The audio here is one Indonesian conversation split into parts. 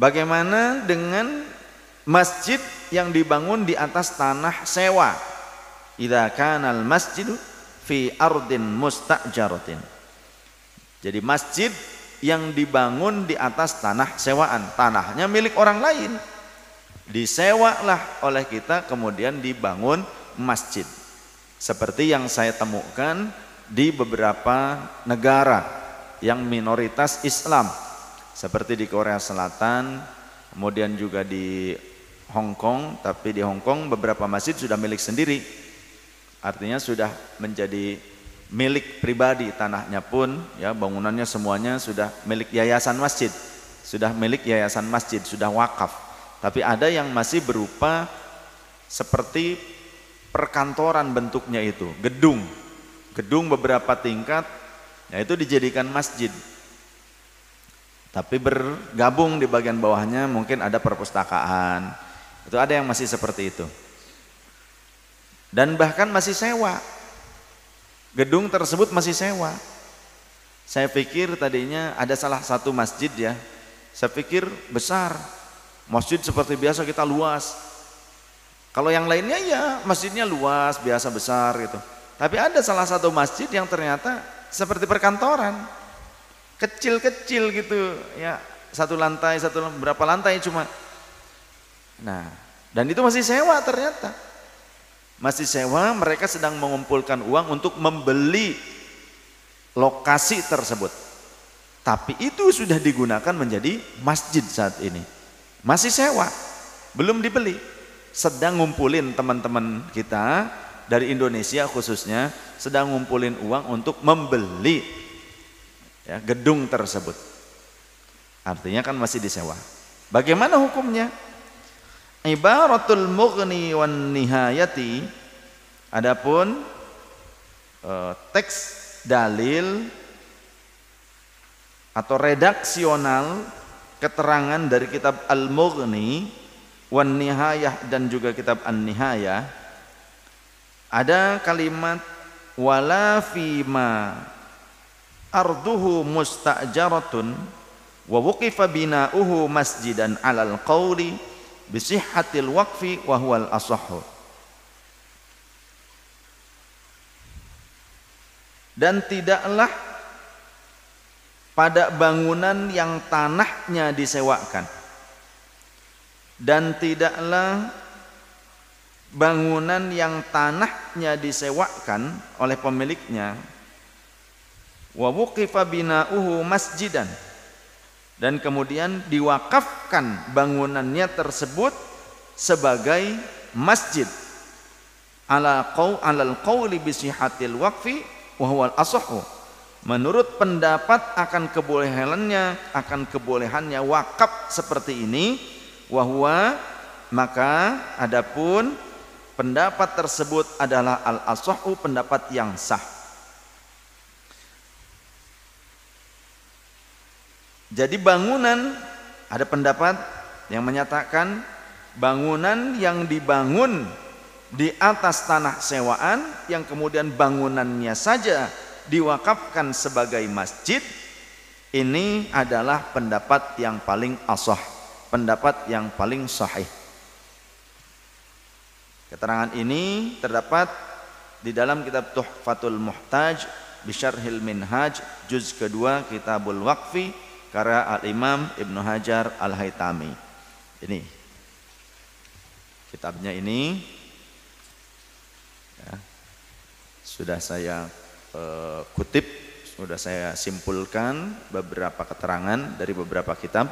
Bagaimana dengan masjid yang dibangun di atas tanah sewa? Idza kana al-masjidu fi ardin mustajaratin. Jadi masjid yang dibangun di atas tanah sewaan, tanahnya milik orang lain, disewalah oleh kita kemudian dibangun masjid. Seperti yang saya temukan di beberapa negara yang minoritas Islam, seperti di Korea Selatan, kemudian juga di Hong Kong. Tapi di Hong Kong beberapa masjid sudah milik sendiri, artinya sudah menjadi milik pribadi, tanahnya pun ya, bangunannya semuanya sudah milik yayasan masjid, sudah milik yayasan masjid, sudah wakaf. Tapi ada yang masih berupa seperti perkantoran bentuknya, itu gedung beberapa tingkat, ya itu dijadikan masjid, tapi bergabung di bagian bawahnya mungkin ada perpustakaan. Itu ada yang masih seperti itu, dan bahkan masih sewa. Gedung tersebut masih sewa. Saya pikir tadinya ada salah satu masjid ya, saya pikir besar, masjid seperti biasa kita luas. Kalau yang lainnya ya masjidnya luas, biasa besar gitu. Tapi ada salah satu masjid yang ternyata seperti perkantoran, kecil-kecil gitu ya, satu lantai, berapa lantai cuma. Nah, dan itu masih sewa ternyata. Masih sewa, mereka sedang mengumpulkan uang untuk membeli lokasi tersebut. Tapi itu sudah digunakan menjadi masjid saat ini. Masih sewa, belum dibeli. Sedang ngumpulin teman-teman kita dari Indonesia khususnya, sedang ngumpulin uang untuk membeli ya, gedung tersebut. Artinya kan masih disewa. Bagaimana hukumnya? Ibaratul mughni wan nihayati, adapun teks dalil atau redaksional keterangan dari kitab Al-Mughni wan Nihayah dan juga kitab An-Nihayah, ada kalimat wala fima arduhu mustajaratun wa wuqifa bina'uhu masjidan 'alal qawli bi sihhatil waqfi wa huwal asahhu. Dan tidaklah pada bangunan yang tanahnya disewakan, dan tidaklah bangunan yang tanahnya disewakan oleh pemiliknya wa wuqifa bina'uhu masjidan, dan kemudian diwakafkan bangunannya tersebut sebagai masjid alal qawli bi sihhatil waqfi wa huwal asahhu, menurut pendapat akan kebolehannya wakaf seperti ini. Wahwa, maka adapun pendapat tersebut adalah al-asahhu, pendapat yang sah. Jadi bangunan, ada pendapat yang menyatakan bangunan yang dibangun di atas tanah sewaan yang kemudian bangunannya saja diwakafkan sebagai masjid, ini adalah pendapat yang paling ashah, pendapat yang paling sahih. Keterangan ini terdapat di dalam kitab Tuhfatul Muhtaj bi Syarhil Minhaj juz kedua Kitabul Waqfi karya Al-Imam Ibnu Hajar Al-Haytami. Ini kitabnya ini ya, sudah saya kutip, sudah saya simpulkan beberapa keterangan dari beberapa kitab.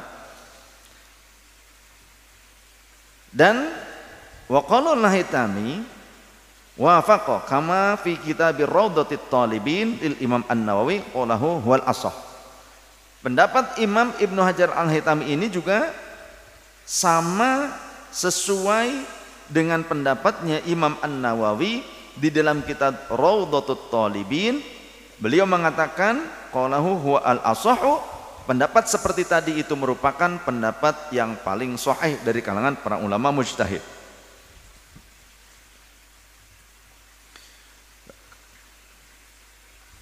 Dan waqala Al-Haytami wafaqa kama fi kitabir Rawdatit Talibin lil Imam An-Nawawi qalahu huwal ashah. Pendapat Imam Ibnu Hajar Al-Haytami ini juga sama, sesuai dengan pendapatnya Imam An-Nawawi di dalam kitab Rawdatut Talibin. Beliau mengatakan qalahu huwa al-ashah, pendapat seperti tadi itu merupakan pendapat yang paling sahih dari kalangan para ulama mujtahid.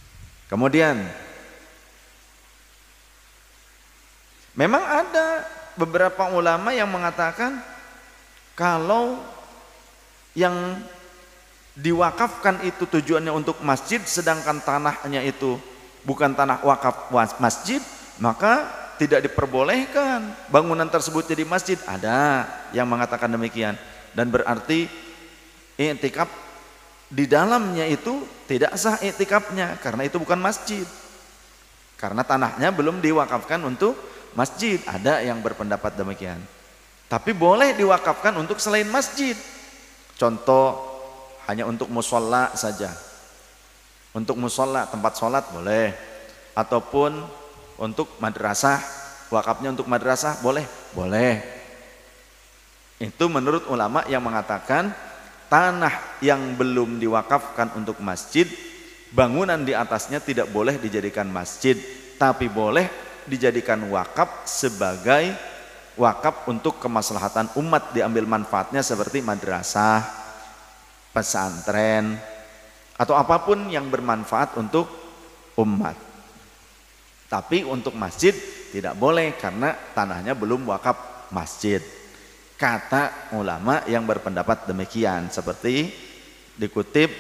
Kemudian memang ada beberapa ulama yang mengatakan kalau yang diwakafkan itu tujuannya untuk masjid, sedangkan tanahnya itu bukan tanah wakaf masjid, maka tidak diperbolehkan bangunan tersebut jadi masjid. Ada yang mengatakan demikian, dan berarti i'tikaf di dalamnya itu tidak sah i'tikafnya karena itu bukan masjid, karena tanahnya belum diwakafkan untuk masjid. Ada yang berpendapat demikian. Tapi boleh diwakafkan untuk selain masjid. Contoh, hanya untuk musola saja. Untuk musola, tempat sholat boleh. Ataupun untuk madrasah, wakafnya untuk madrasah boleh? Boleh. Itu menurut ulama yang mengatakan tanah yang belum diwakafkan untuk masjid, bangunan di atasnya tidak boleh dijadikan masjid, tapi boleh dijadikan wakaf sebagai wakaf untuk kemaslahatan umat, diambil manfaatnya seperti madrasah, pesantren, atau apapun yang bermanfaat untuk umat. Tapi untuk masjid tidak boleh karena tanahnya belum wakaf masjid. Kata ulama yang berpendapat demikian, seperti dikutip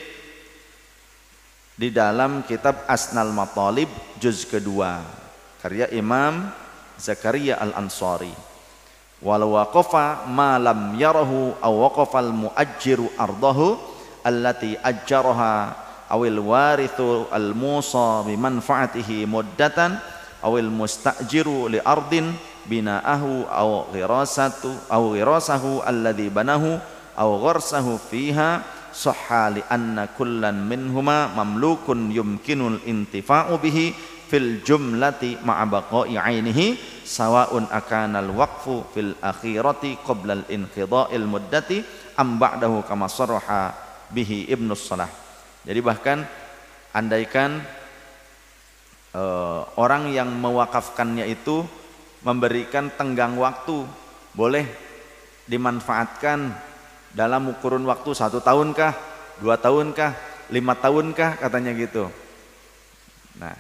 di dalam kitab Asnal Matalib juz kedua karya Imam Zakaria Al-Ansari. Walau waqafa ma lam yarahu aw waqafal muajjiru ardahu allati ajjaraha awil warithu al musa bi manfaatihi muddatan awil mustajiru li ardin binaahu aw ghirasahu alladhi banahu aw gharsahu fiha sahha li anna kullan minhuma mamlukun yumkinul intifa'u bihi fil jumlati ma'a baqa'i 'ainihi sawa'un akanal waqfu fil akhirati qabla al inqida'il muddati am ba'dahu kama saraha bihi Ibnu Shalah. Jadi bahkan andaikan orang yang mewakafkannya itu memberikan tenggang waktu, boleh dimanfaatkan dalam kurun waktu 1 tahunkah, 2 tahunkah, 5 tahunkah, katanya gitu. Nah,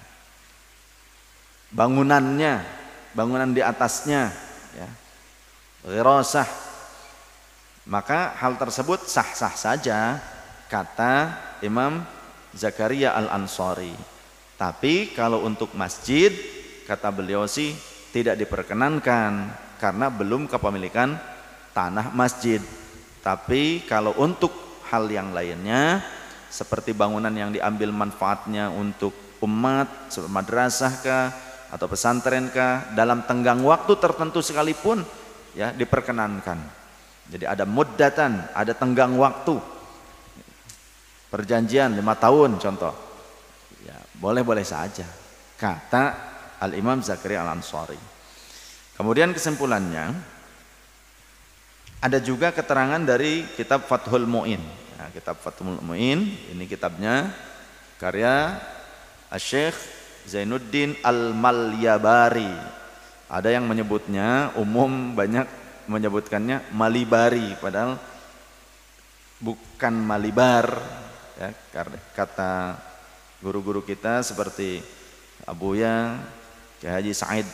bangunan di atasnya ya, ghirasah, maka hal tersebut sah-sah saja kata Imam Zakaria Al-Ansari. Tapi kalau untuk masjid, kata beliau sih tidak diperkenankan karena belum kepemilikan tanah masjid. Tapi kalau untuk hal yang lainnya seperti bangunan yang diambil manfaatnya untuk umat, seperti madrasah kah atau pesantren kah, dalam tenggang waktu tertentu sekalipun ya diperkenankan. Jadi ada muddatan, ada tenggang waktu, perjanjian 5 tahun contoh ya, boleh-boleh saja kata Al-Imam Zakaria Al-Ansari. Kemudian kesimpulannya ada juga keterangan dari kitab Fathul Mu'in. Nah, kitab Fathul Mu'in ini kitabnya karya Syekh Zainuddin Al-Malyabari. Ada yang menyebutnya, umum banyak menyebutkannya Malibari, padahal bukan Malibar ya, karena kata guru-guru kita seperti Abuya Kiai Haji Said,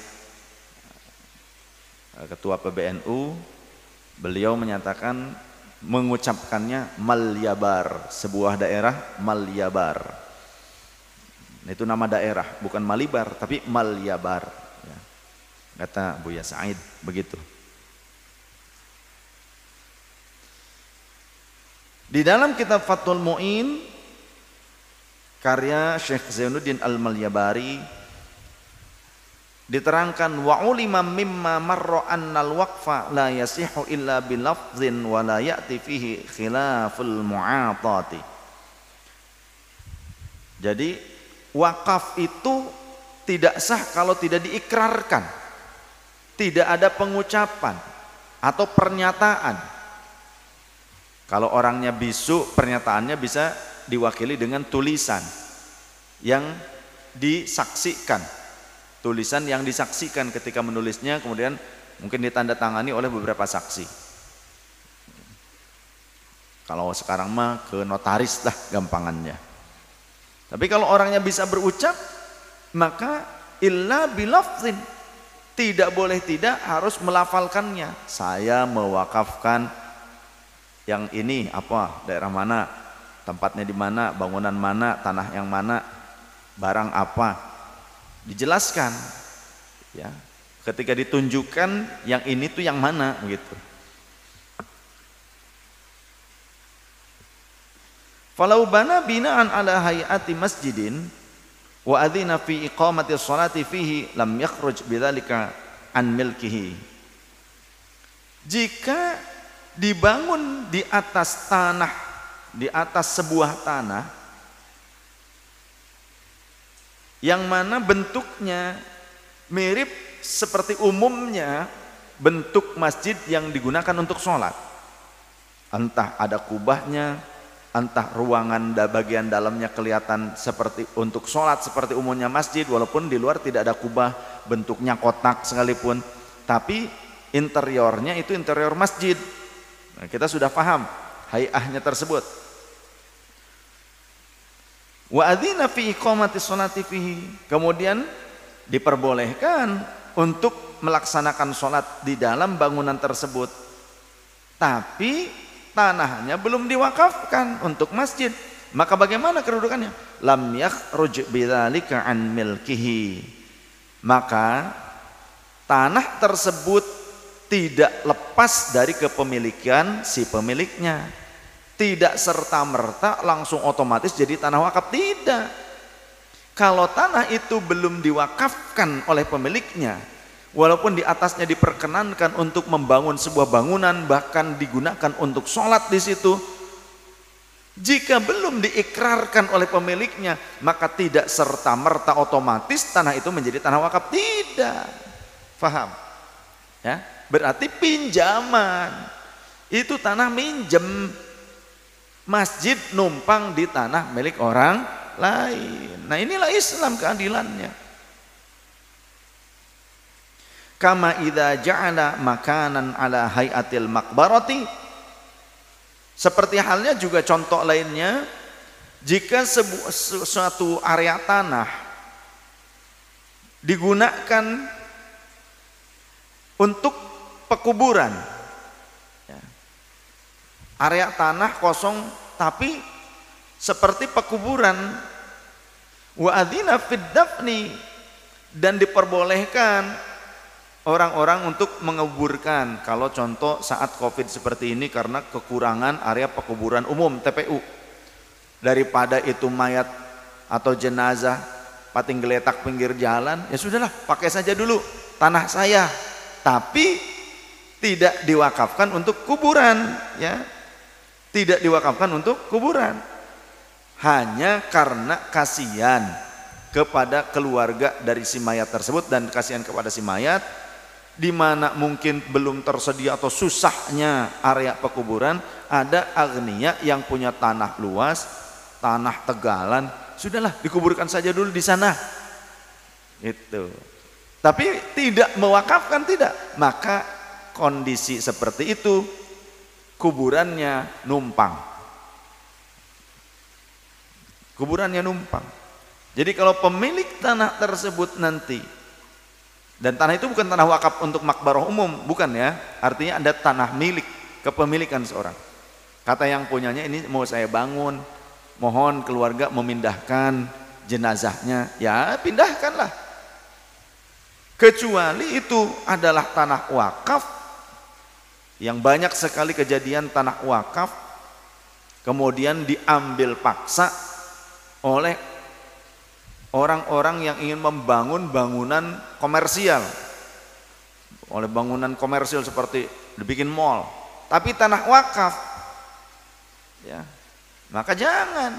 ketua PBNU, beliau menyatakan mengucapkannya Malyabar, sebuah daerah Malyabar. Itu nama daerah, bukan Malibar tapi Malyabar ya. Kata Buya Said begitu. Di dalam kitab Fathul Mu'in karya Syekh Zainuddin Al-Malyabari diterangkan wa ulima mimma marra annal waqfa la yasihu illa bilafzin wa la ya'ti fihi khilaful mu'atati. Jadi wakaf itu tidak sah kalau tidak diikrarkan, tidak ada pengucapan atau pernyataan. Kalau orangnya bisu, pernyataannya bisa diwakili dengan tulisan yang disaksikan, tulisan yang disaksikan ketika menulisnya, kemudian mungkin ditandatangani oleh beberapa saksi. Kalau sekarang mah ke notaris lah gampangannya. Tapi kalau orangnya bisa berucap, maka illa bilafzin, Tidak boleh tidak, harus melafalkannya. Saya mewakafkan yang ini apa, daerah mana, tempatnya di mana, bangunan mana, tanah yang mana, barang apa, dijelaskan. Ya, ketika ditunjukkan yang ini tuh yang mana, begitu. Falau bana binaan ala hayati masjidin wa adzina fi iqamati sholati fihi lam yakhruj bidzalika an milkihi. Jika dibangun di atas tanah, di atas sebuah tanah yang mana bentuknya mirip seperti umumnya bentuk masjid yang digunakan untuk sholat, entah ada kubahnya, entah ruangan bagian dalamnya kelihatan seperti untuk sholat seperti umumnya masjid, walaupun di luar tidak ada kubah, bentuknya kotak sekalipun, tapi interiornya itu interior masjid. Nah, kita sudah paham hayahnya tersebut. Wa adzina fi iqamati sholati fihi, kemudian diperbolehkan untuk melaksanakan sholat di dalam bangunan tersebut, tapi tanahnya belum diwakafkan untuk masjid. Maka bagaimana kedudukannya? Lam yakhruj bidzalika an milkihi. Maka tanah tersebut tidak lepas dari kepemilikan si pemiliknya. Tidak serta-merta langsung otomatis jadi tanah wakaf, tidak. Kalau tanah itu belum diwakafkan oleh pemiliknya, walaupun di atasnya diperkenankan untuk membangun sebuah bangunan, bahkan digunakan untuk sholat di situ, jika belum diikrarkan oleh pemiliknya, maka tidak serta-merta otomatis tanah itu menjadi tanah wakaf, tidak. Faham? Ya, berarti pinjaman. Itu tanah minjem. Masjid numpang di tanah milik orang lain. Nah, inilah Islam keadilannya. Kama idza ja'ala makanan ala hayatil maqbarati, seperti halnya juga contoh lainnya, jika suatu area tanah digunakan untuk pekuburan, ya, area tanah kosong tapi seperti pekuburan, wa adzina fid dafni, dan diperbolehkan orang-orang untuk menguburkan. Kalau contoh saat Covid seperti ini karena kekurangan area pekuburan umum TPU, daripada itu mayat atau jenazah pating geletak pinggir jalan, ya sudahlah pakai saja dulu tanah saya, tapi tidak diwakafkan untuk kuburan, ya, tidak diwakafkan untuk kuburan, hanya karena kasihan kepada keluarga dari si mayat tersebut dan kasihan kepada si mayat, di mana mungkin belum tersedia atau susahnya area pekuburan. Ada agniya yang punya tanah luas, tanah tegalan, sudahlah dikuburkan saja dulu di sana, itu. Tapi tidak mewakafkan, tidak. Maka kondisi seperti itu kuburannya numpang, kuburannya numpang. Jadi kalau pemilik tanah tersebut nanti, dan tanah itu bukan tanah wakaf untuk makbarah umum, bukan ya, artinya ada tanah milik, kepemilikan seorang. Kata yang punyanya, ini mau saya bangun, mohon keluarga memindahkan jenazahnya, ya pindahkanlah. Kecuali itu adalah tanah wakaf, yang banyak sekali kejadian tanah wakaf kemudian diambil paksa oleh orang-orang yang ingin membangun bangunan komersial, oleh bangunan komersial seperti dibikin mall, tapi tanah wakaf, ya, maka jangan.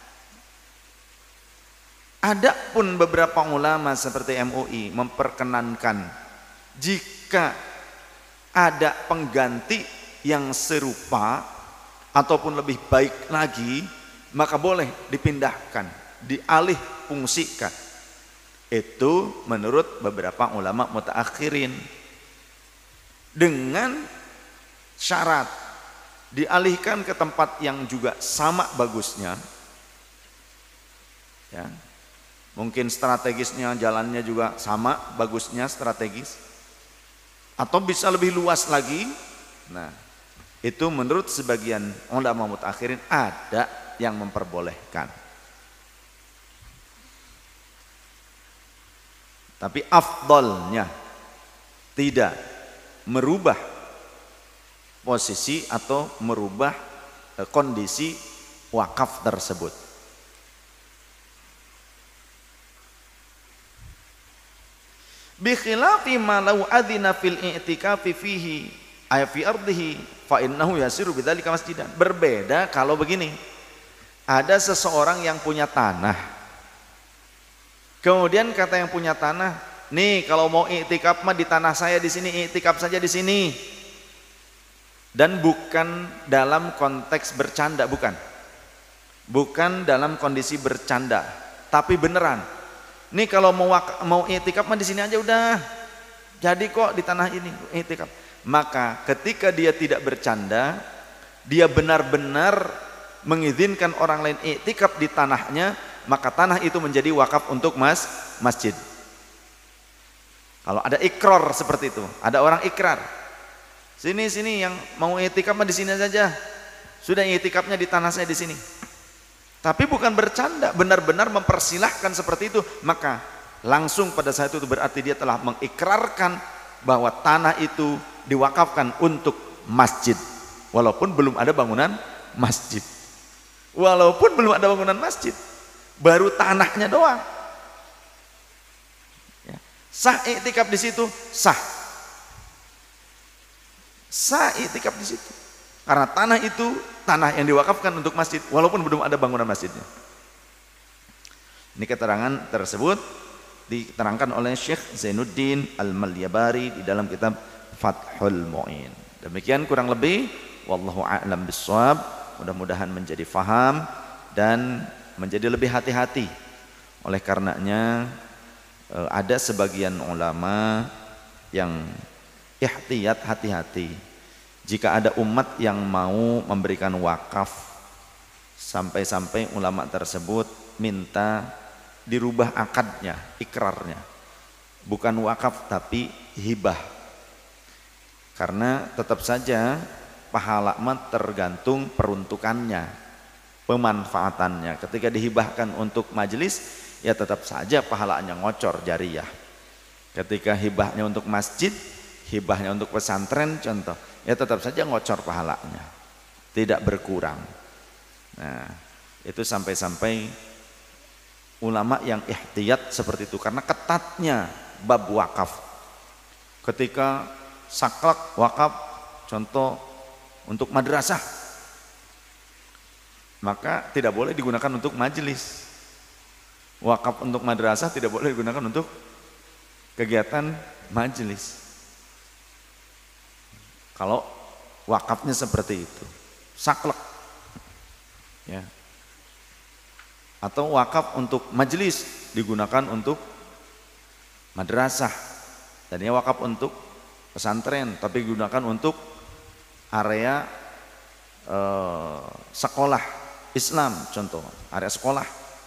Ada pun beberapa ulama seperti MUI memperkenankan jika ada pengganti yang serupa ataupun lebih baik lagi, maka boleh dipindahkan, dialih fungsikan. Itu menurut beberapa ulama mutaakhirin, dengan syarat dialihkan ke tempat yang juga sama bagusnya, ya, Mungkin strategisnya jalannya juga sama bagusnya strategis, atau bisa lebih luas lagi. Nah, itu menurut sebagian ulama mutakhirin ada yang memperbolehkan. Tapi afdalnya tidak merubah posisi atau merubah kondisi wakaf tersebut. Bi khilafi ma law adzina fil i'tikafi fihi ay fi ardihi fa innahu yasiru bidzalika masjidan. Berbeda kalau begini. Ada seseorang yang punya tanah. Kemudian kata yang punya tanah, "Nih, kalau mau i'tikaf mah di tanah saya di sini, i'tikaf saja di sini." Dan bukan dalam konteks bercanda, bukan. Bukan dalam kondisi bercanda, tapi beneran. Nih kalau mau i'tikaf mah di sini aja udah. Jadi kok di tanah ini i'tikaf. Maka ketika dia tidak bercanda, dia benar-benar mengizinkan orang lain i'tikaf di tanahnya, maka tanah itu menjadi wakaf untuk masjid. Kalau ada ikrar seperti itu, ada orang ikrar. Sini yang mau i'tikaf mah di sini saja. Sudah i'tikafnya di tanah saya di sini. Tapi bukan bercanda, benar-benar mempersilahkan seperti itu, maka langsung pada saat itu berarti dia telah mengikrarkan bahwa tanah itu diwakafkan untuk masjid, walaupun belum ada bangunan masjid. Walaupun belum ada bangunan masjid, baru tanahnya doang. Ya. Sah i'tikaf di situ, sah. Sah i'tikaf di situ. Karena tanah itu tanah yang diwakafkan untuk masjid walaupun belum ada bangunan masjidnya. Ini keterangan tersebut diterangkan oleh Syekh Zainuddin Al-Malyabari di dalam kitab Fathul Mu'in. Demikian kurang lebih, wallahu a'lam bissawab. Mudah-mudahan menjadi faham dan menjadi lebih hati-hati. Oleh karenanya ada sebagian ulama yang ihtiyat, hati-hati. Jika ada umat yang mau memberikan wakaf, sampai-sampai ulama tersebut minta dirubah akadnya, ikrarnya, bukan wakaf tapi hibah, karena tetap saja pahala tergantung peruntukannya, pemanfaatannya. Ketika dihibahkan untuk majelis, ya tetap saja pahalanya ngocor jariyah. Ketika hibahnya untuk masjid, hibahnya untuk pesantren contoh, ya tetap saja ngocor pahalanya, tidak berkurang. Nah, itu sampai-sampai ulama yang ihtiyat seperti itu karena ketatnya bab wakaf. Ketika saklek wakaf contoh untuk madrasah, maka tidak boleh digunakan untuk majelis. Wakaf untuk madrasah tidak boleh digunakan untuk kegiatan majelis. Kalau wakafnya seperti itu, saklek, ya. Atau wakaf untuk majelis digunakan untuk madrasah, tadinya wakaf untuk pesantren, tapi digunakan untuk area sekolah Islam, contoh area sekolah,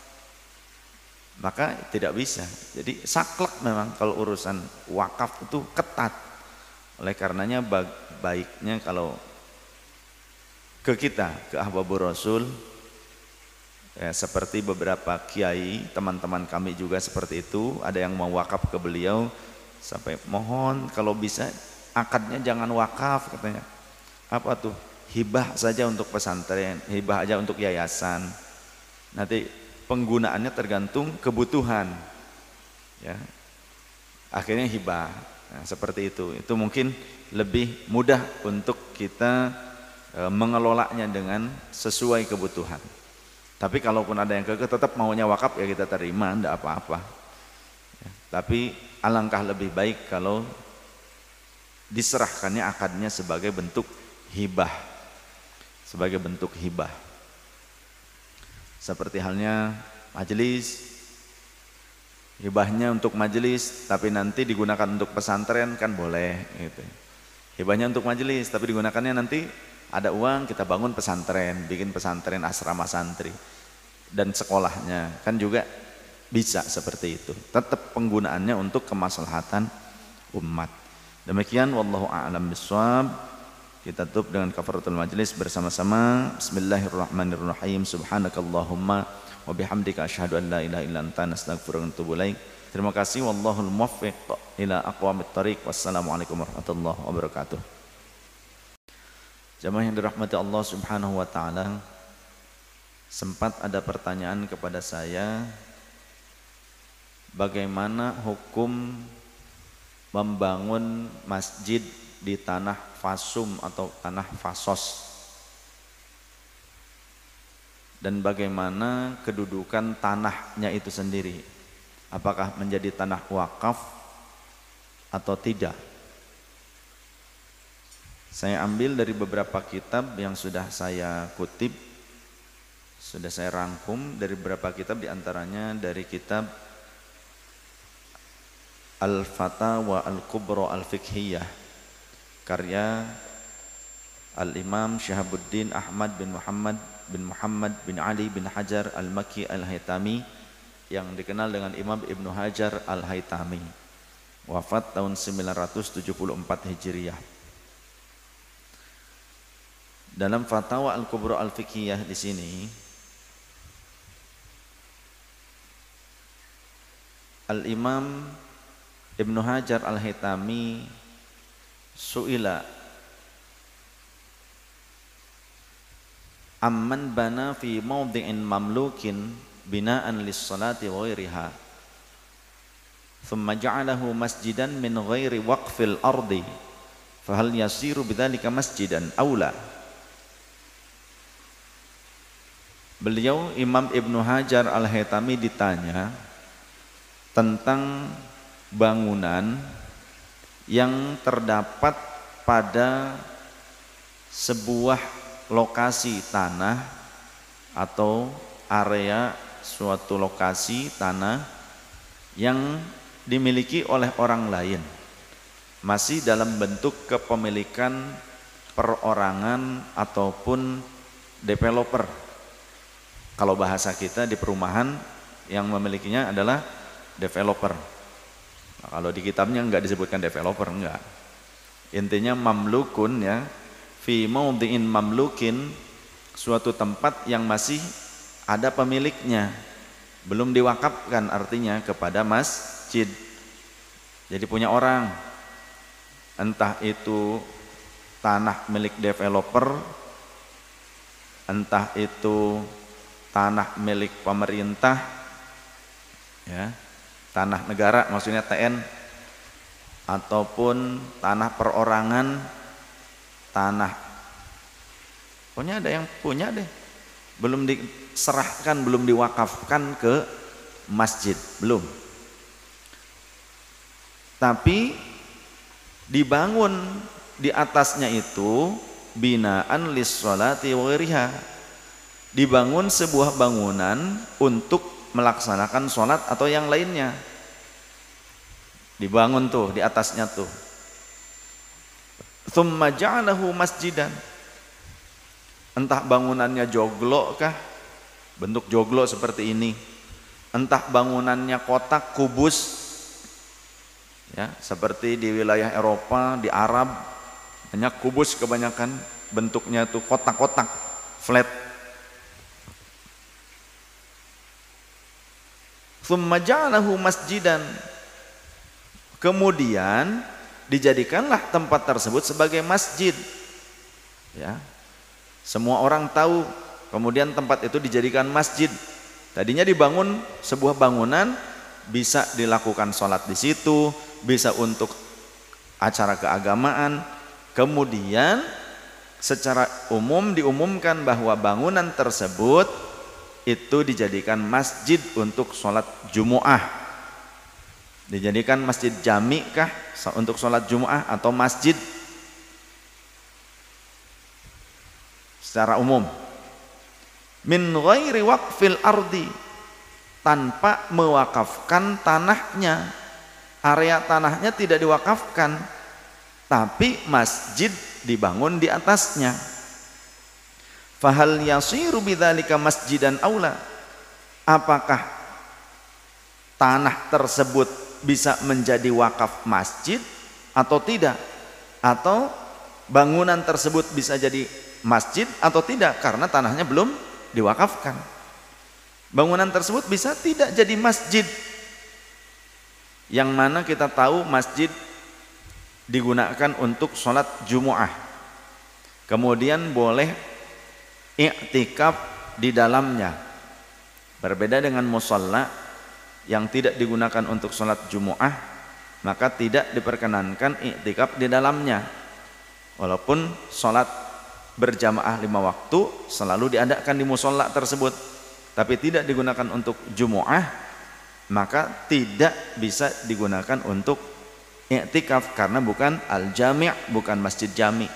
maka tidak bisa. Jadi saklek memang kalau urusan wakaf itu ketat. Oleh karenanya baiknya kalau ke kita, ke Ahbabur Rasul, ya, seperti beberapa kiai, teman-teman kami juga seperti itu, ada yang mau wakaf ke beliau, sampai mohon kalau bisa akadnya jangan wakaf katanya. Apa tuh? Hibah saja untuk pesantren, hibah aja untuk yayasan. Nanti penggunaannya tergantung kebutuhan. Ya. Akhirnya hibah. Nah, seperti itu mungkin lebih mudah untuk kita mengelolanya dengan sesuai kebutuhan. Tapi kalaupun ada yang kekeh tetap maunya wakaf, ya kita terima, enggak apa-apa. Ya, tapi alangkah lebih baik kalau diserahkannya akadnya sebagai bentuk hibah, sebagai bentuk hibah. Seperti halnya majelis, hibahnya untuk majelis tapi nanti digunakan untuk pesantren kan boleh gitu. Hibahnya untuk majelis tapi digunakannya nanti ada uang kita bangun pesantren, bikin pesantren asrama santri dan sekolahnya kan juga bisa seperti itu. Tetap penggunaannya untuk kemaslahatan umat. Demikian wallahu a'lam bishawab. Kita tutup dengan kafaratul majlis bersama-sama. Bismillahirrahmanirrahim. Subhanakallahumma wa bihamdika asyhadu an la ilaha illa anta astaghfiruka wa atubu ilaik. Terima kasih, wallahul muwaffiq ila aqwamit thariq. Wassalamualaikum warahmatullahi wabarakatuh. Jamaah yang dirahmati Allah Subhanahu wa taala, sempat ada pertanyaan kepada saya, bagaimana hukum membangun masjid di tanah fasum atau tanah fasos, dan bagaimana kedudukan tanahnya itu sendiri, apakah menjadi tanah wakaf atau tidak. Saya ambil dari beberapa kitab yang sudah saya kutip, sudah saya rangkum dari beberapa kitab, diantaranya dari kitab Al-Fatawa Al-Kubra Al-Fiqhiyah karya Al-Imam Syihabuddin Ahmad bin Muhammad bin Ali bin Hajar Al-Makki Al-Haytami, yang dikenal dengan Imam Ibnu Hajar Al-Haytami, wafat tahun 974 Hijriah. Dalam Fatawa Al-Kubra Al-Fiqhiyah di sini, Al-Imam Ibnu Hajar Al-Haytami su'ila amman bana fi mawdi'in mamlukin bina'an lis-salati wa ghairiha thumma ja'alahu masjidan min ghairi waqfil ardi fahal yasiru bidzalika masjidan aula. Beliau Imam Ibnu Hajar Al-Haytami ditanya tentang bangunan yang terdapat pada sebuah lokasi tanah atau area suatu lokasi tanah yang dimiliki oleh orang lain, masih dalam bentuk kepemilikan perorangan ataupun developer. Kalau bahasa kita di perumahan yang memilikinya adalah developer. Nah, kalau di kitabnya enggak disebutkan developer, enggak. Intinya mamlukun, ya, fi maudhi'in mamlukin, suatu tempat yang masih ada pemiliknya, belum diwakafkan, artinya kepada masjid. Jadi punya orang, entah itu tanah milik developer, entah itu tanah milik pemerintah, ya, tanah negara maksudnya TN, ataupun tanah perorangan, tanah, pokoknya ada yang punya deh, belum diserahkan, belum diwakafkan ke masjid, belum, tapi dibangun di atasnya itu binaan lis-sholati wa ghairiha, dibangun sebuah bangunan untuk melaksanakan sholat atau yang lainnya, dibangun tuh di atasnya tuh. Tsumma ja'alahu masjidan, entah bangunannya joglo kah, bentuk joglo seperti ini, entah bangunannya kotak kubus, ya, seperti di wilayah Eropa, di Arab banyak kubus, kebanyakan bentuknya tuh kotak-kotak flat. Tsumma ja'alahu masjidan, kemudian dijadikanlah tempat tersebut sebagai masjid, ya, semua orang tahu, kemudian tempat itu dijadikan masjid. Tadinya dibangun sebuah bangunan, bisa dilakukan sholat di situ, bisa untuk acara keagamaan, kemudian secara umum diumumkan bahwa bangunan tersebut itu dijadikan masjid untuk sholat Jumu'ah, dijadikan masjid jami kah untuk sholat Jumu'ah, atau masjid secara umum, min ghairi waqfil ardi, tanpa mewakafkan tanahnya, area tanahnya tidak diwakafkan, tapi masjid dibangun di atasnya. Fahal yasiru bidzalika masjidan aula, apakah tanah tersebut bisa menjadi wakaf masjid atau tidak, atau bangunan tersebut bisa jadi masjid atau tidak karena tanahnya belum diwakafkan. Bangunan tersebut bisa tidak jadi masjid, yang mana kita tahu masjid digunakan untuk sholat Jumu'ah, kemudian boleh i'tikaf di dalamnya. Berbeda dengan musalla yang tidak digunakan untuk sholat Jumu'ah, maka tidak diperkenankan i'tikaf di dalamnya. Walaupun sholat berjamaah 5 waktu selalu diadakan di musalla tersebut, tapi tidak digunakan untuk Jumu'ah, maka tidak bisa digunakan untuk i'tikaf karena bukan al-jami', bukan masjid jami'.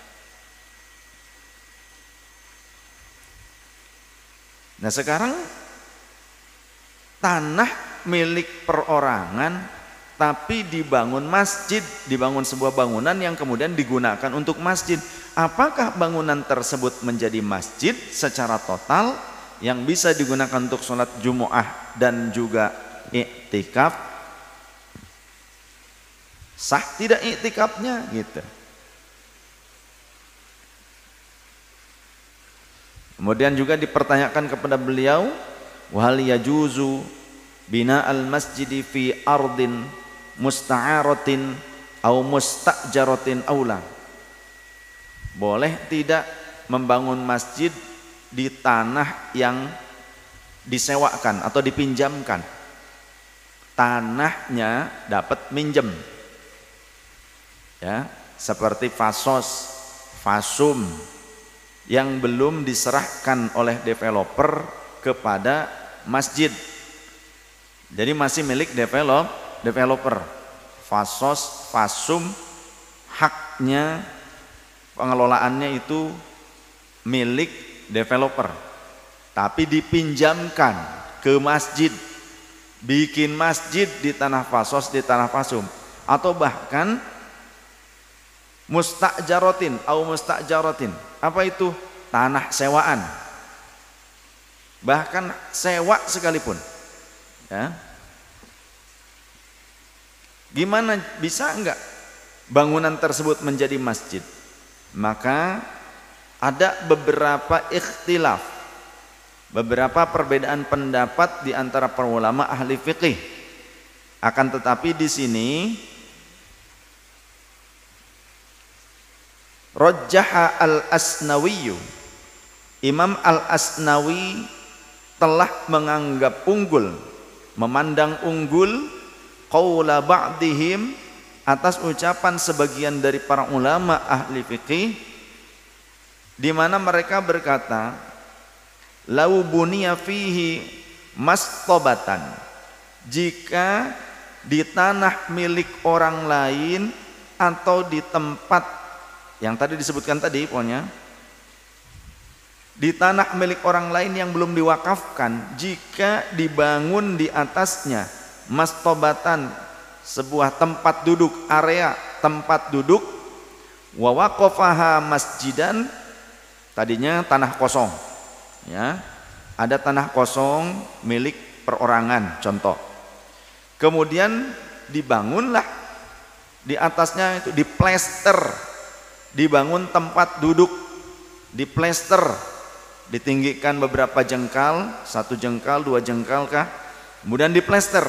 Nah sekarang tanah milik perorangan tapi dibangun masjid, dibangun sebuah bangunan yang kemudian digunakan untuk masjid. Apakah bangunan tersebut menjadi masjid secara total yang bisa digunakan untuk sholat Jumu'ah dan juga i'tikaf? Sah tidak i'tikafnya gitu. Kemudian juga dipertanyakan kepada beliau, wahal yajuzu bina al-masjidi fi ardin musta'aratin au mustajaratin aula. Boleh tidak membangun masjid di tanah yang disewakan atau dipinjamkan? Tanahnya dapat minjem, ya, seperti fasos, fasum yang belum diserahkan oleh developer kepada masjid, jadi masih milik developer. Fasos, fasum, haknya pengelolaannya itu milik developer, tapi dipinjamkan ke masjid, bikin masjid di tanah fasos, di tanah fasum, atau bahkan mustajaratin atau mustajaratin. Apa itu? Tanah sewaan, bahkan sewa sekalipun, ya. Gimana bisa enggak bangunan tersebut menjadi masjid? Maka ada beberapa ikhtilaf, beberapa perbedaan pendapat di antara para ulama ahli fikih. Akan tetapi di sini Rajjaha al-Asnawi, Imam al-Asnawi telah menganggap unggul, memandang unggul qaula ba'dihim, atas ucapan sebagian dari para ulama ahli fikih, di mana mereka berkata, lau buniya fihi mastabatan, jika di tanah milik orang lain atau di tempat yang tadi disebutkan tadi, pokoknya di tanah milik orang lain yang belum diwakafkan, jika dibangun di atasnya mastabatan, sebuah tempat duduk, area tempat duduk, wa waqafaha masjidan, tadinya tanah kosong, ya, ada tanah kosong milik perorangan contoh, kemudian dibangunlah di atasnya itu, diplester, dibangun tempat duduk, diplester, ditinggikan beberapa jengkal, 1 jengkal, 2 jengkal kah, kemudian diplester,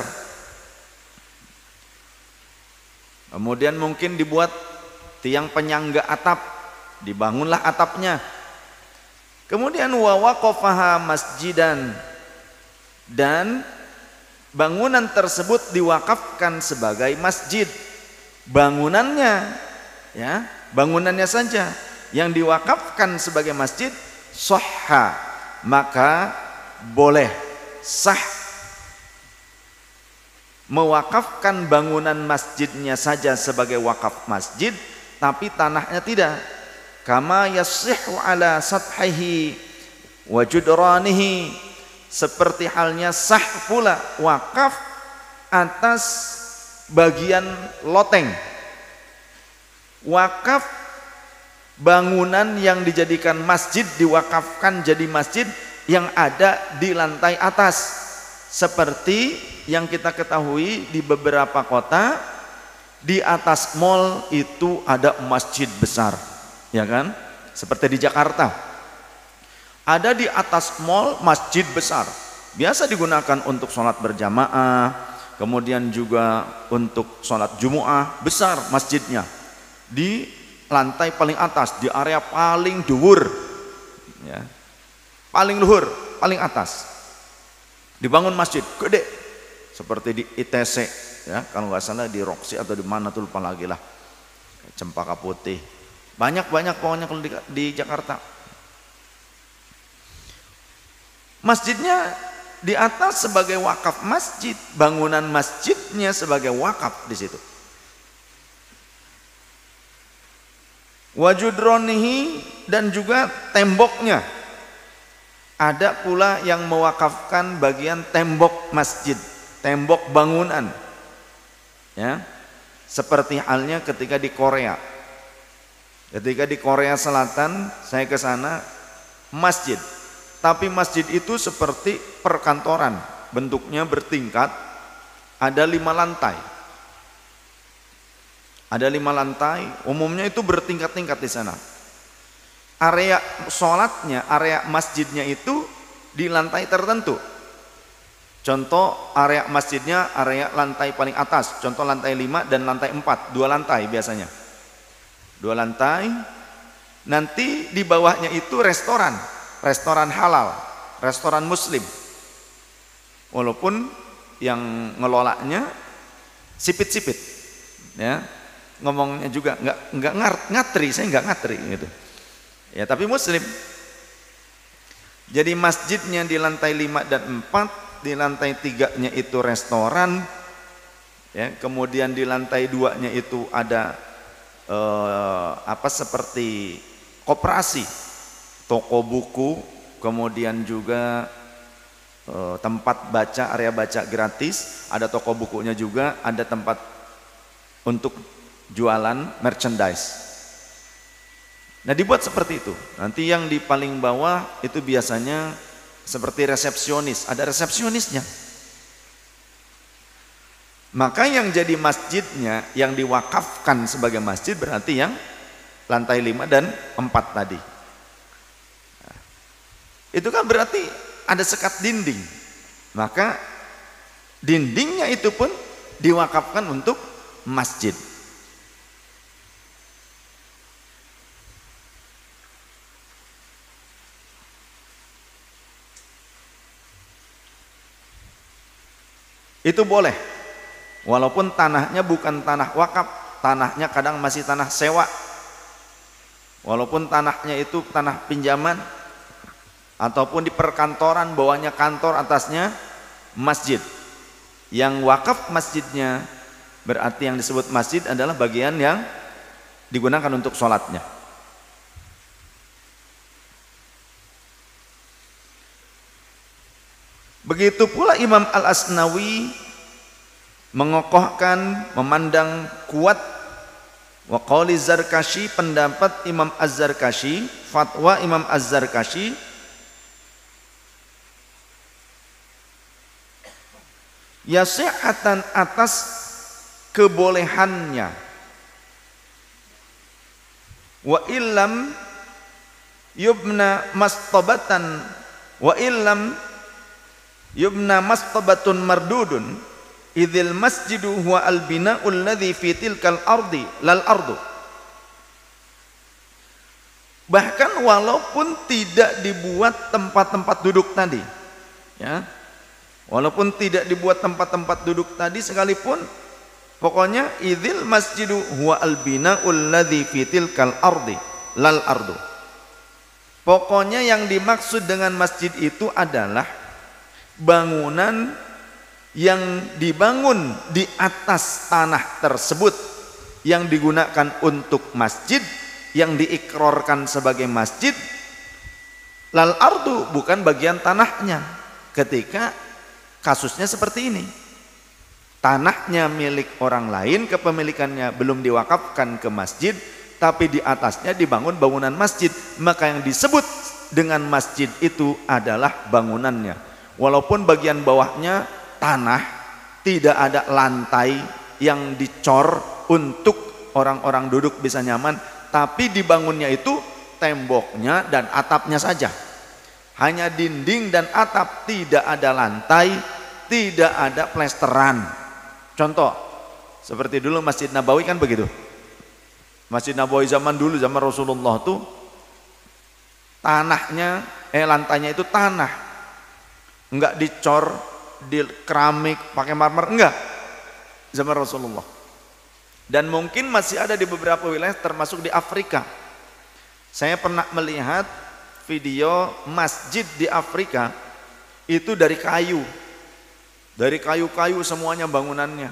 kemudian mungkin dibuat tiang penyangga atap, dibangunlah atapnya, kemudian wa waqafaha masjidan, dan bangunan tersebut diwakafkan sebagai masjid. Bangunannya, ya, bangunannya saja yang diwakafkan sebagai masjid, sahha, maka boleh, sah mewakafkan bangunan masjidnya saja sebagai wakaf masjid, tapi tanahnya tidak. Kama yasihhu ala sathihi wa judranihi, seperti halnya sah pula wakaf atas bagian loteng, wakaf bangunan yang dijadikan masjid diwakafkan jadi masjid yang ada di lantai atas, seperti yang kita ketahui di beberapa kota, di atas mall itu ada masjid besar, ya kan? Seperti di Jakarta, ada di atas mall masjid besar, biasa digunakan untuk sholat berjamaah, kemudian juga untuk sholat Jumu'ah, besar masjidnya, di lantai paling atas, di area paling dhuwur, ya, paling luhur, paling atas, dibangun masjid gede, seperti di ITC, ya, kalau nggak salah di Roxy atau di mana tuh lupa lagi lah, Cempaka Putih, banyak pokoknya kalau di Jakarta. Masjidnya di atas sebagai wakaf masjid, bangunan masjidnya sebagai wakaf di situ. Wajudronihi, dan juga temboknya, ada pula yang mewakafkan bagian tembok masjid, tembok bangunan, ya, seperti halnya ketika di Korea. Ketika di Korea Selatan saya ke sana, masjid, tapi masjid itu seperti perkantoran, bentuknya bertingkat, ada 5 lantai. Ada 5 lantai, umumnya itu bertingkat-tingkat di sana. Area sholatnya, area masjidnya itu di lantai tertentu. Contoh area masjidnya, area lantai paling atas, contoh lantai 5 dan lantai 4, 2 lantai biasanya. 2 lantai, nanti di bawahnya itu restoran, restoran halal, restoran muslim. Walaupun yang ngelolanya sipit-sipit, ya, ngomongnya juga nggak ngatri, saya nggak ngatri gitu, ya, tapi muslim. Jadi masjidnya di lantai 5 dan 4, di lantai 3-nya itu restoran, ya, kemudian di lantai 2-nya itu ada seperti koperasi, toko buku, kemudian juga tempat baca, area baca gratis, ada toko bukunya juga, ada tempat untuk jualan merchandise. Nah, dibuat seperti itu. Nanti yang di paling bawah itu biasanya seperti resepsionis, ada resepsionisnya. Maka yang jadi masjidnya, yang diwakafkan sebagai masjid berarti yang lantai 5 dan 4 tadi. Nah, itu kan berarti ada sekat dinding. Maka dindingnya itu pun diwakafkan untuk masjid. Itu boleh, walaupun tanahnya bukan tanah wakaf, tanahnya kadang masih tanah sewa, walaupun tanahnya itu tanah pinjaman, ataupun di perkantoran, bawahnya kantor, atasnya masjid. Yang wakaf masjidnya berarti yang disebut masjid adalah bagian yang digunakan untuk sholatnya. Begitu pula Imam Al-Asnawi mengokohkan, memandang kuat wa qauli Zarkashi, pendapat Imam Az-Zarkashi, fatwa Imam Az-Zarkashi, yasihatan, atas kebolehannya, wa illam yubna mastabatan, wa illam yubna mastabatun mardudun, idzil masjidu huwa al-bina'ul ladzi fi tilkal ardi lal ardu. Bahkan walaupun tidak dibuat tempat-tempat duduk tadi, ya, walaupun tidak dibuat tempat-tempat duduk tadi sekalipun, pokoknya idzil masjidu huwa al-bina'ul ladzi fi tilkal ardi lal ardu. Pokoknya yang dimaksud dengan masjid itu adalah bangunan yang dibangun di atas tanah tersebut, yang digunakan untuk masjid, yang diikrarkan sebagai masjid, lal ardu, bukan bagian tanahnya. Ketika kasusnya seperti ini, tanahnya milik orang lain, kepemilikannya belum diwakafkan ke masjid, tapi di atasnya dibangun bangunan masjid, maka yang disebut dengan masjid itu adalah bangunannya. Walaupun bagian bawahnya tanah, tidak ada lantai yang dicor untuk orang-orang duduk bisa nyaman, tapi dibangunnya itu temboknya dan atapnya saja. Hanya dinding dan atap, tidak ada lantai, tidak ada plesteran. Contoh, seperti dulu Masjid Nabawi kan begitu. Masjid Nabawi zaman dulu, zaman Rasulullah tuh tanahnya, lantainya itu tanah, enggak dicor di keramik pakai marmer, enggak, zaman Rasulullah. Dan mungkin masih ada di beberapa wilayah termasuk di Afrika. Saya pernah melihat video masjid di Afrika itu dari kayu semuanya bangunannya,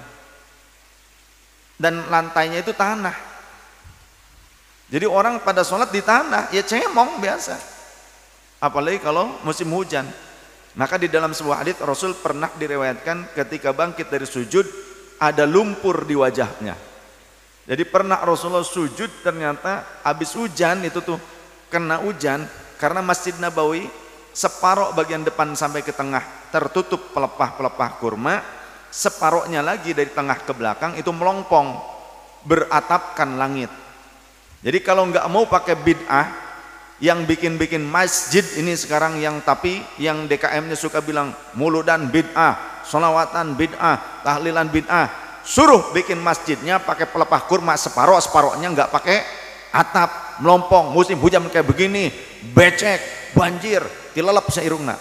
dan lantainya itu tanah. Jadi orang pada sholat di tanah ya cemong biasa, apalagi kalau musim hujan. Maka di dalam sebuah hadits Rasul pernah diriwayatkan ketika bangkit dari sujud ada lumpur di wajahnya. Jadi pernah Rasulullah sujud, ternyata habis hujan itu tuh kena hujan, karena Masjid Nabawi separuh bagian depan sampai ke tengah tertutup pelepah-pelepah kurma, separuhnya lagi dari tengah ke belakang itu melongpong beratapkan langit. Jadi kalau nggak mau pakai bid'ah yang bikin-bikin masjid ini sekarang, yang tapi yang DKM-nya suka bilang muludan bid'ah, sholawatan bid'ah, tahlilan bid'ah, suruh bikin masjidnya pakai pelepah kurma separuhnya nggak pakai atap, melompong, musim hujan kayak begini, becek, banjir, tilelep sairungna.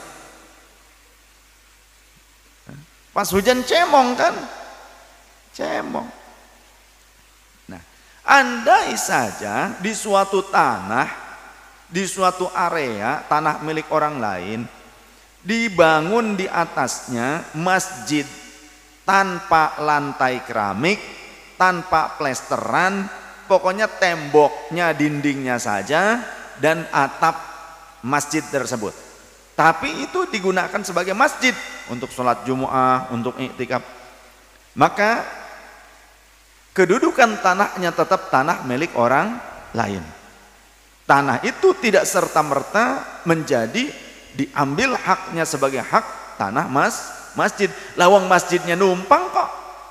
Pas hujan cemong kan, cemong. Nah, andai saja di suatu tanah, di suatu area tanah milik orang lain, dibangun di atasnya masjid tanpa lantai keramik, tanpa plesteran, pokoknya temboknya, dindingnya saja dan atap masjid tersebut, tapi itu digunakan sebagai masjid untuk sholat Jumu'ah, untuk iktikaf, maka kedudukan tanahnya tetap tanah milik orang lain. Tanah itu tidak serta-merta menjadi diambil haknya sebagai hak tanah masjid. Lawang masjidnya numpang kok.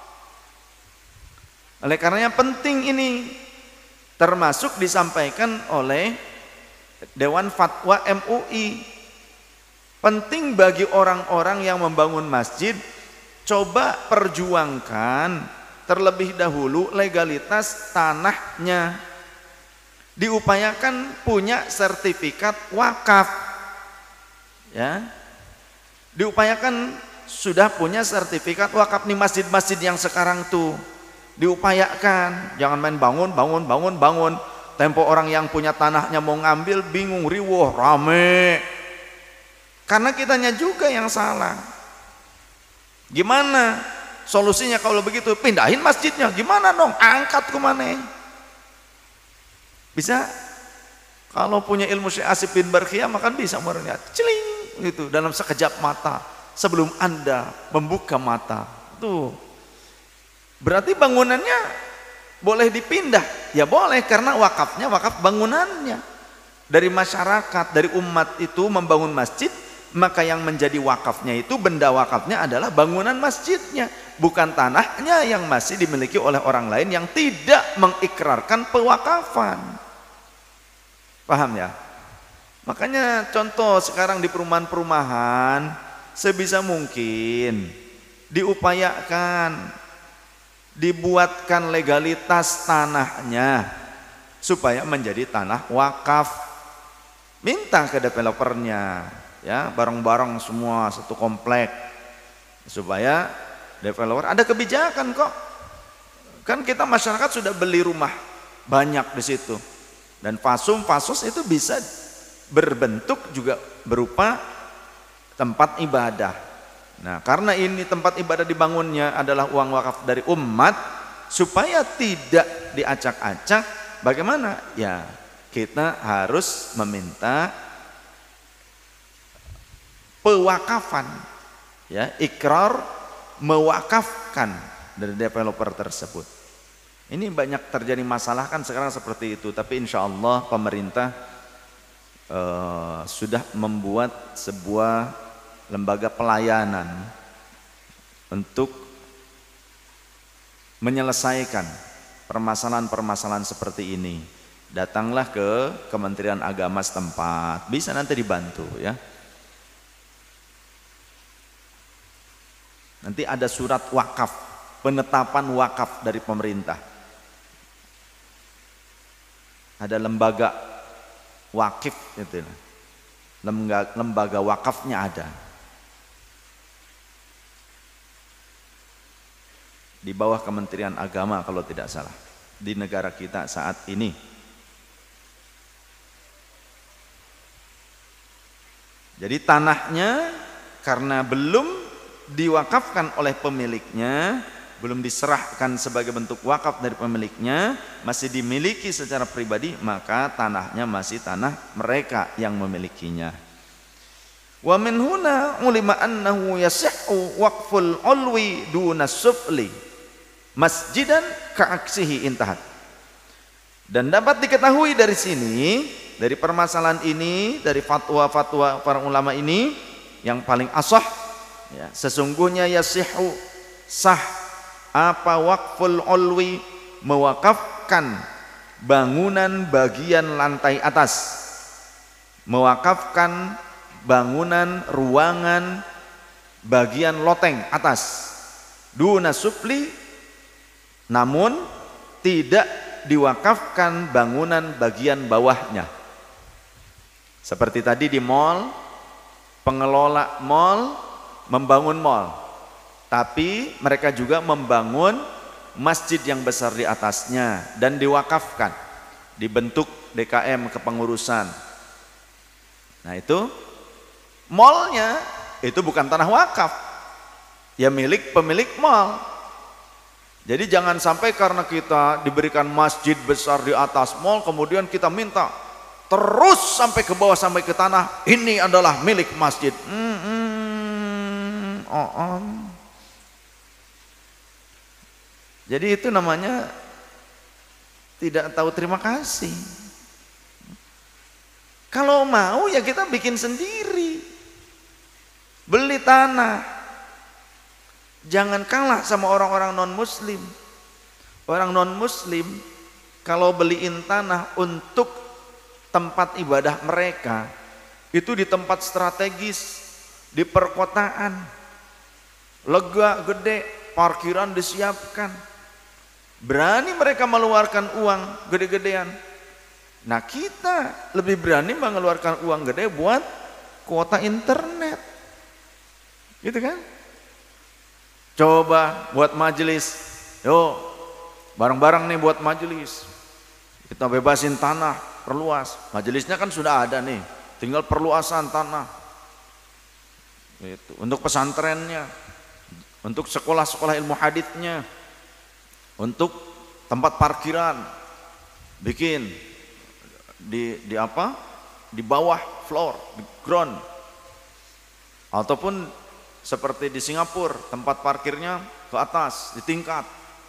Oleh karenanya penting ini, termasuk disampaikan oleh Dewan Fatwa MUI. Penting bagi orang-orang yang membangun masjid, coba perjuangkan terlebih dahulu legalitas tanahnya. Diupayakan punya sertifikat wakaf, ya. Diupayakan sudah punya sertifikat wakaf nih masjid-masjid yang sekarang tuh. Diupayakan, jangan main bangun. Tempo orang yang punya tanahnya mau ngambil bingung, riwuh, rame. Karena kitanya juga yang salah. Gimana solusinya kalau begitu? Pindahin masjidnya, gimana dong? Angkat ke mana? Bisa? Kalau punya ilmu Syekh Asif bin Barkhiyah maka bisa melihat celing gitu dalam sekejap mata sebelum Anda membuka mata. Tuh. Berarti bangunannya boleh dipindah? Ya boleh, karena wakafnya wakaf bangunannya. Dari masyarakat, dari umat itu membangun masjid, maka yang menjadi wakafnya itu, benda wakafnya adalah bangunan masjidnya, bukan tanahnya yang masih dimiliki oleh orang lain yang tidak mengikrarkan pewakafan. Paham ya? Makanya contoh sekarang di perumahan-perumahan sebisa mungkin diupayakan dibuatkan legalitas tanahnya supaya menjadi tanah wakaf. Minta ke developernya, ya, bareng-bareng semua satu komplek, supaya developer ada kebijakan kok. Kan kita masyarakat sudah beli rumah banyak di situ, dan fasus itu bisa berbentuk juga berupa tempat ibadah. Nah, karena ini tempat ibadah dibangunnya adalah uang wakaf dari umat, supaya tidak diacak-acak, bagaimana? Ya, kita harus meminta pewakafan, ya, ikrar mewakafkan dari developer tersebut. Ini banyak terjadi masalah kan sekarang seperti itu, tapi insya Allah pemerintah sudah membuat sebuah lembaga pelayanan untuk menyelesaikan permasalahan-permasalahan seperti ini, datanglah ke Kementerian Agama setempat, bisa nanti dibantu ya. Nanti ada surat wakaf, penetapan wakaf dari pemerintah. Ada lembaga wakif gitu. Lembaga wakafnya ada. Di bawah Kementerian Agama kalau tidak salah di negara kita saat ini. Jadi tanahnya karena belum diwakafkan oleh pemiliknya, belum diserahkan sebagai bentuk wakaf dari pemiliknya, masih dimiliki secara pribadi, maka tanahnya masih tanah mereka yang memilikinya. Wa min huna ulima annahu yasihhu waqful ulwi duna sufli masjidan ka'aksihi intahat. Dan dapat diketahui dari sini, dari permasalahan ini, dari fatwa-fatwa para ulama ini, yang paling asah ya, sesungguhnya yasihu sah apa waqful ulwi, mewakafkan bangunan bagian lantai atas, mewakafkan bangunan ruangan bagian loteng atas, duna supli, namun tidak diwakafkan bangunan bagian bawahnya. Seperti tadi di mall, pengelola mall membangun mall, tapi mereka juga membangun masjid yang besar di atasnya dan diwakafkan, dibentuk DKM kepengurusan. Nah itu mallnya itu bukan tanah wakaf, ya milik pemilik mall. Jadi jangan sampai karena kita diberikan masjid besar di atas mall kemudian kita minta terus sampai ke bawah, sampai ke tanah, ini adalah milik masjid. Jadi itu namanya tidak tahu terima kasih. Kalau mau ya kita bikin sendiri, beli tanah. Jangan kalah sama orang-orang non muslim. Orang non muslim kalau beliin tanah untuk tempat ibadah mereka, itu di tempat strategis, di perkotaan, lega gede, parkiran disiapkan, berani mereka mengeluarkan uang gede-gedean. Nah kita lebih berani mengeluarkan uang gede buat kuota internet, gitu kan? Coba buat majelis, yuk bareng-bareng nih buat majelis, kita bebasin tanah, perluas. Majelisnya kan sudah ada nih, tinggal perluasan tanah itu untuk pesantrennya, untuk sekolah-sekolah ilmu haditsnya, untuk tempat parkiran, bikin di apa, di bawah floor, di ground, ataupun seperti di Singapura tempat parkirnya ke atas di tingkat,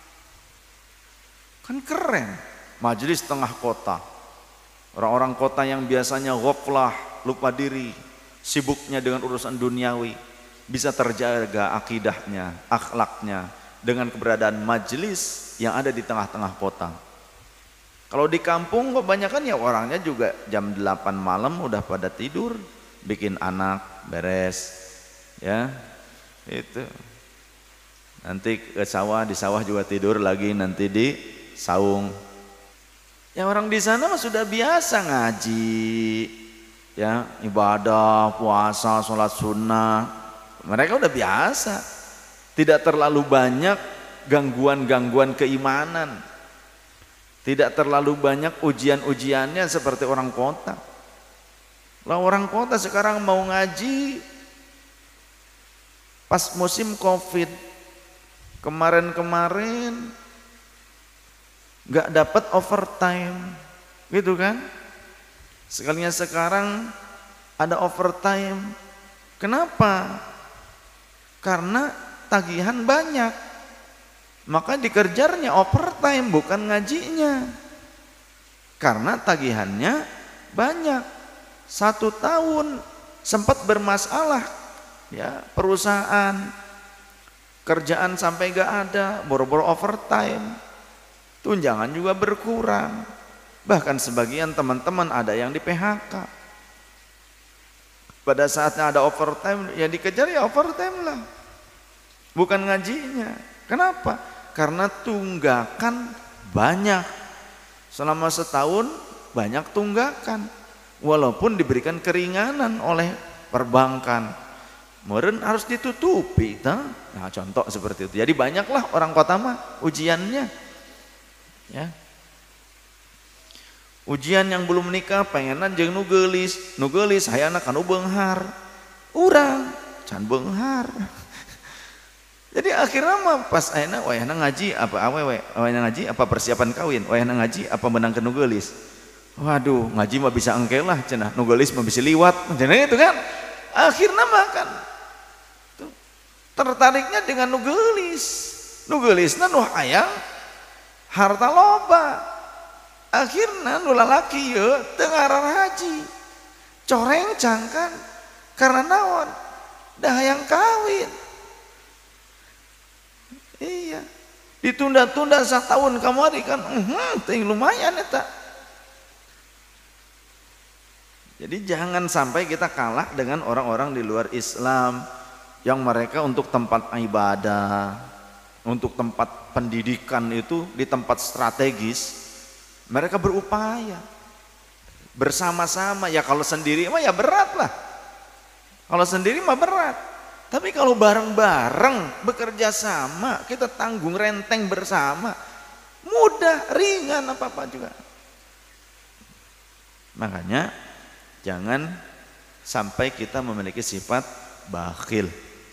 kan keren. Majelis tengah kota, orang-orang kota yang biasanya ghaflah, lupa diri, sibuknya dengan urusan duniawi, bisa terjaga akidahnya, akhlaknya dengan keberadaan majelis yang ada di tengah-tengah kota. Kalau di kampung kebanyakan ya orangnya juga jam 8 malam udah pada tidur, bikin anak beres ya, itu nanti ke sawah, di sawah juga tidur lagi, nanti di saung. Ya orang di sana sudah biasa ngaji ya, ibadah, puasa, sholat sunnah, mereka udah biasa, tidak terlalu banyak gangguan-gangguan keimanan, tidak terlalu banyak ujian-ujiannya seperti orang kota. Lah orang kota sekarang mau ngaji pas musim Covid kemarin-kemarin nggak dapat overtime, gitu kan? Sekalinya sekarang ada overtime. Kenapa? Karena tagihan banyak, maka dikejarnya overtime bukan ngajinya, karena tagihannya banyak. 1 tahun sempat bermasalah ya perusahaan, kerjaan sampai gak ada, boro-boro overtime, tunjangan juga berkurang, bahkan sebagian teman-teman ada yang di PHK. Pada saatnya ada overtime, yang dikejar ya overtime lah, bukan ngajinya. Kenapa? Karena tunggakan banyak, selama setahun banyak tunggakan, walaupun diberikan keringanan oleh perbankan. Meren harus ditutupi, nah contoh seperti itu. Jadi banyaklah orang kota mah ujiannya, ya. Ujian yang belum nikah pengenan jeung nu geulis hayana kanu beunghar, urang can beunghar. Jadi akhirnya mah pas ayeuna wayahna ngaji apa awewe, wayahna ngaji apa persiapan kawin, wayahna ngaji apa menang ke nu geulis. Waduh, ngaji mah bisa engke lah cenah, nu geulis mah bisa liwat, cenah itu kan. Akhirnya mah kan tertariknya dengan nugelis nu hayang harta loba, akhirnya nu lalaki ye teu ngaran haji coreng cangkan karena naon dah hayang kawin. Iya, ditunda-tunda satahun kamari kan teuing lumayan eta. Jadi jangan sampai kita kalah dengan orang-orang di luar Islam yang mereka untuk tempat ibadah, untuk tempat pendidikan itu di tempat strategis mereka berupaya bersama-sama. Ya kalau sendiri mah ya berat lah, kalau sendiri mah berat, tapi kalau bareng-bareng bekerja sama, kita tanggung renteng bersama, mudah, ringan, apa-apa juga. Makanya jangan sampai kita memiliki sifat bakhil.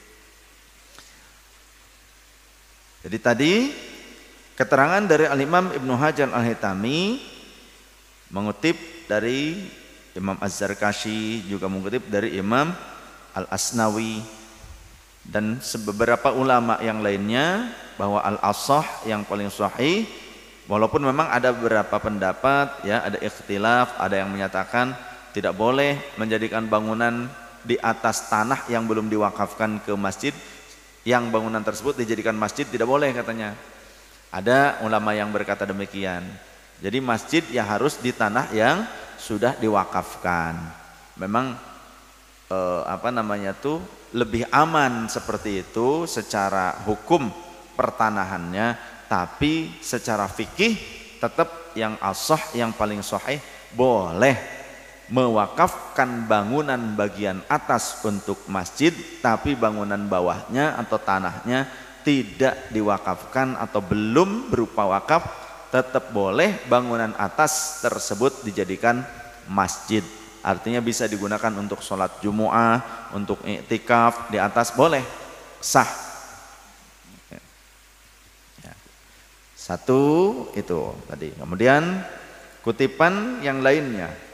Jadi tadi keterangan dari Al-Imam Ibnu Hajar Al-Haytami mengutip dari Imam Az-Zarkashi, juga mengutip dari Imam Al-Asnawi dan beberapa ulama yang lainnya bahwa al-ashah yang paling sahih, walaupun memang ada beberapa pendapat ya, ada ikhtilaf, ada yang menyatakan tidak boleh menjadikan bangunan di atas tanah yang belum diwakafkan ke masjid, yang bangunan tersebut dijadikan masjid tidak boleh katanya. Ada ulama yang berkata demikian. Jadi masjid ya harus di tanah yang sudah diwakafkan. Memang lebih aman seperti itu secara hukum pertanahannya, tapi secara fikih tetap yang ashah yang paling sahih boleh mewakafkan bangunan bagian atas untuk masjid, tapi bangunan bawahnya atau tanahnya tidak diwakafkan atau belum berupa wakaf, tetap boleh bangunan atas tersebut dijadikan masjid. Artinya bisa digunakan untuk sholat Jumu'ah, untuk iktikaf di atas boleh, sah. Satu itu tadi. Kemudian kutipan yang lainnya.